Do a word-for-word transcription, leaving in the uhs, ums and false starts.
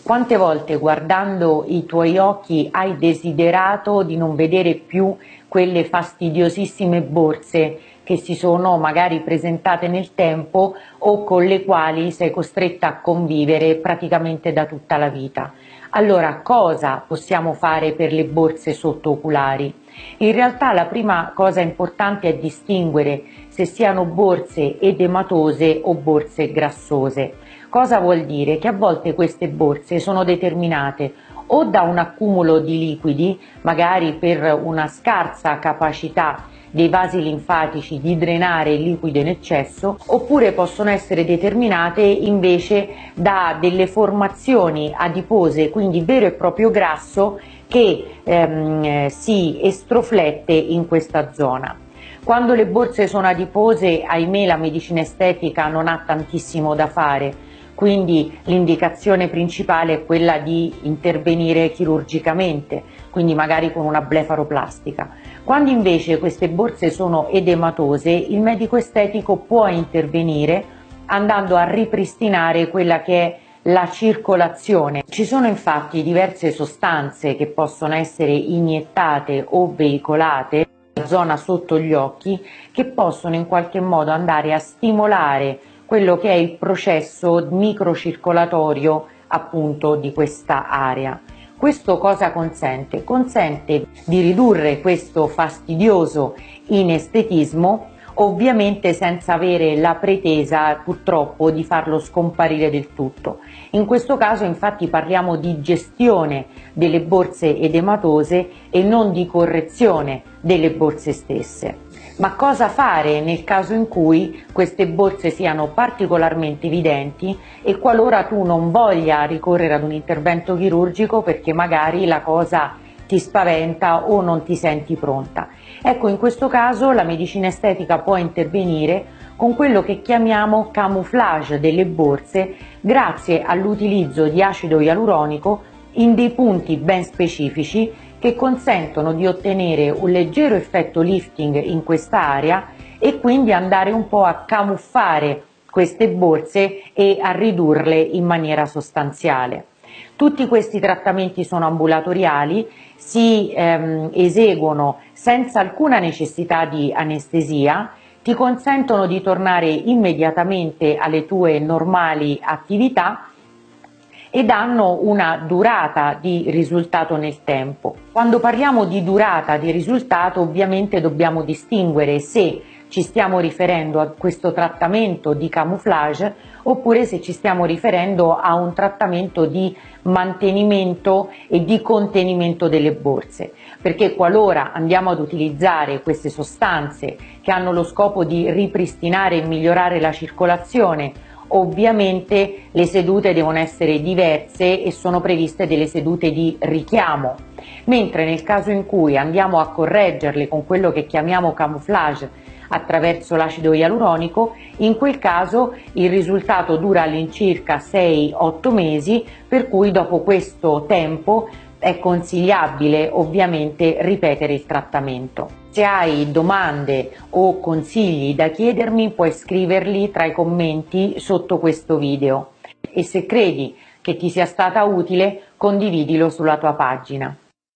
Quante volte guardando i tuoi occhi hai desiderato di non vedere più quelle fastidiosissime borse che si sono magari presentate nel tempo o con le quali sei costretta a convivere praticamente da tutta la vita? Allora, cosa possiamo fare per le borse sottooculari? In realtà la prima cosa importante è distinguere se siano borse edematose o borse grassose. Cosa vuol dire? Che a volte queste borse sono determinate o da un accumulo di liquidi, magari per una scarsa capacità dei vasi linfatici di drenare il liquido in eccesso, oppure possono essere determinate invece da delle formazioni adipose, quindi vero e proprio grasso che ehm, si estroflette in questa zona. Quando le borse sono adipose, ahimè, la medicina estetica non ha tantissimo da fare, quindi l'indicazione principale è quella di intervenire chirurgicamente, quindi magari con una blefaroplastica. Quando invece queste borse sono edematose, il medico estetico può intervenire andando a ripristinare quella che è la circolazione. Ci sono infatti diverse sostanze che possono essere iniettate o veicolate nella zona sotto gli occhi, che possono in qualche modo andare a stimolare quello che è il processo microcircolatorio appunto di questa area. Questo cosa consente? Consente di ridurre questo fastidioso inestetismo, ovviamente senza avere la pretesa purtroppo di farlo scomparire del tutto. In questo caso infatti parliamo di gestione delle borse edematose e non di correzione delle borse stesse. Ma cosa fare nel caso in cui queste borse siano particolarmente evidenti e qualora tu non voglia ricorrere ad un intervento chirurgico perché magari la cosa ti spaventa o non ti senti pronta? Ecco, in questo caso la medicina estetica può intervenire con quello che chiamiamo camouflage delle borse grazie all'utilizzo di acido ialuronico in dei punti ben specifici che consentono di ottenere un leggero effetto lifting in questa area e quindi andare un po' a camuffare queste borse e a ridurle in maniera sostanziale. Tutti questi trattamenti sono ambulatoriali, si ehm, eseguono senza alcuna necessità di anestesia, ti consentono di tornare immediatamente alle tue normali attività ed hanno una durata di risultato nel tempo. Quando parliamo di durata di risultato, ovviamente dobbiamo distinguere se ci stiamo riferendo a questo trattamento di camouflage oppure se ci stiamo riferendo a un trattamento di mantenimento e di contenimento delle borse, perché qualora andiamo ad utilizzare queste sostanze che hanno lo scopo di ripristinare e migliorare la circolazione, ovviamente le sedute devono essere diverse e sono previste delle sedute di richiamo, mentre nel caso in cui andiamo a correggerle con quello che chiamiamo camouflage attraverso l'acido ialuronico, in quel caso il risultato dura all'incirca sei otto mesi, per cui dopo questo tempo è consigliabile ovviamente ripetere il trattamento. Se hai domande o consigli da chiedermi, puoi scriverli tra i commenti sotto questo video e se credi che ti sia stata utile, condividilo sulla tua pagina.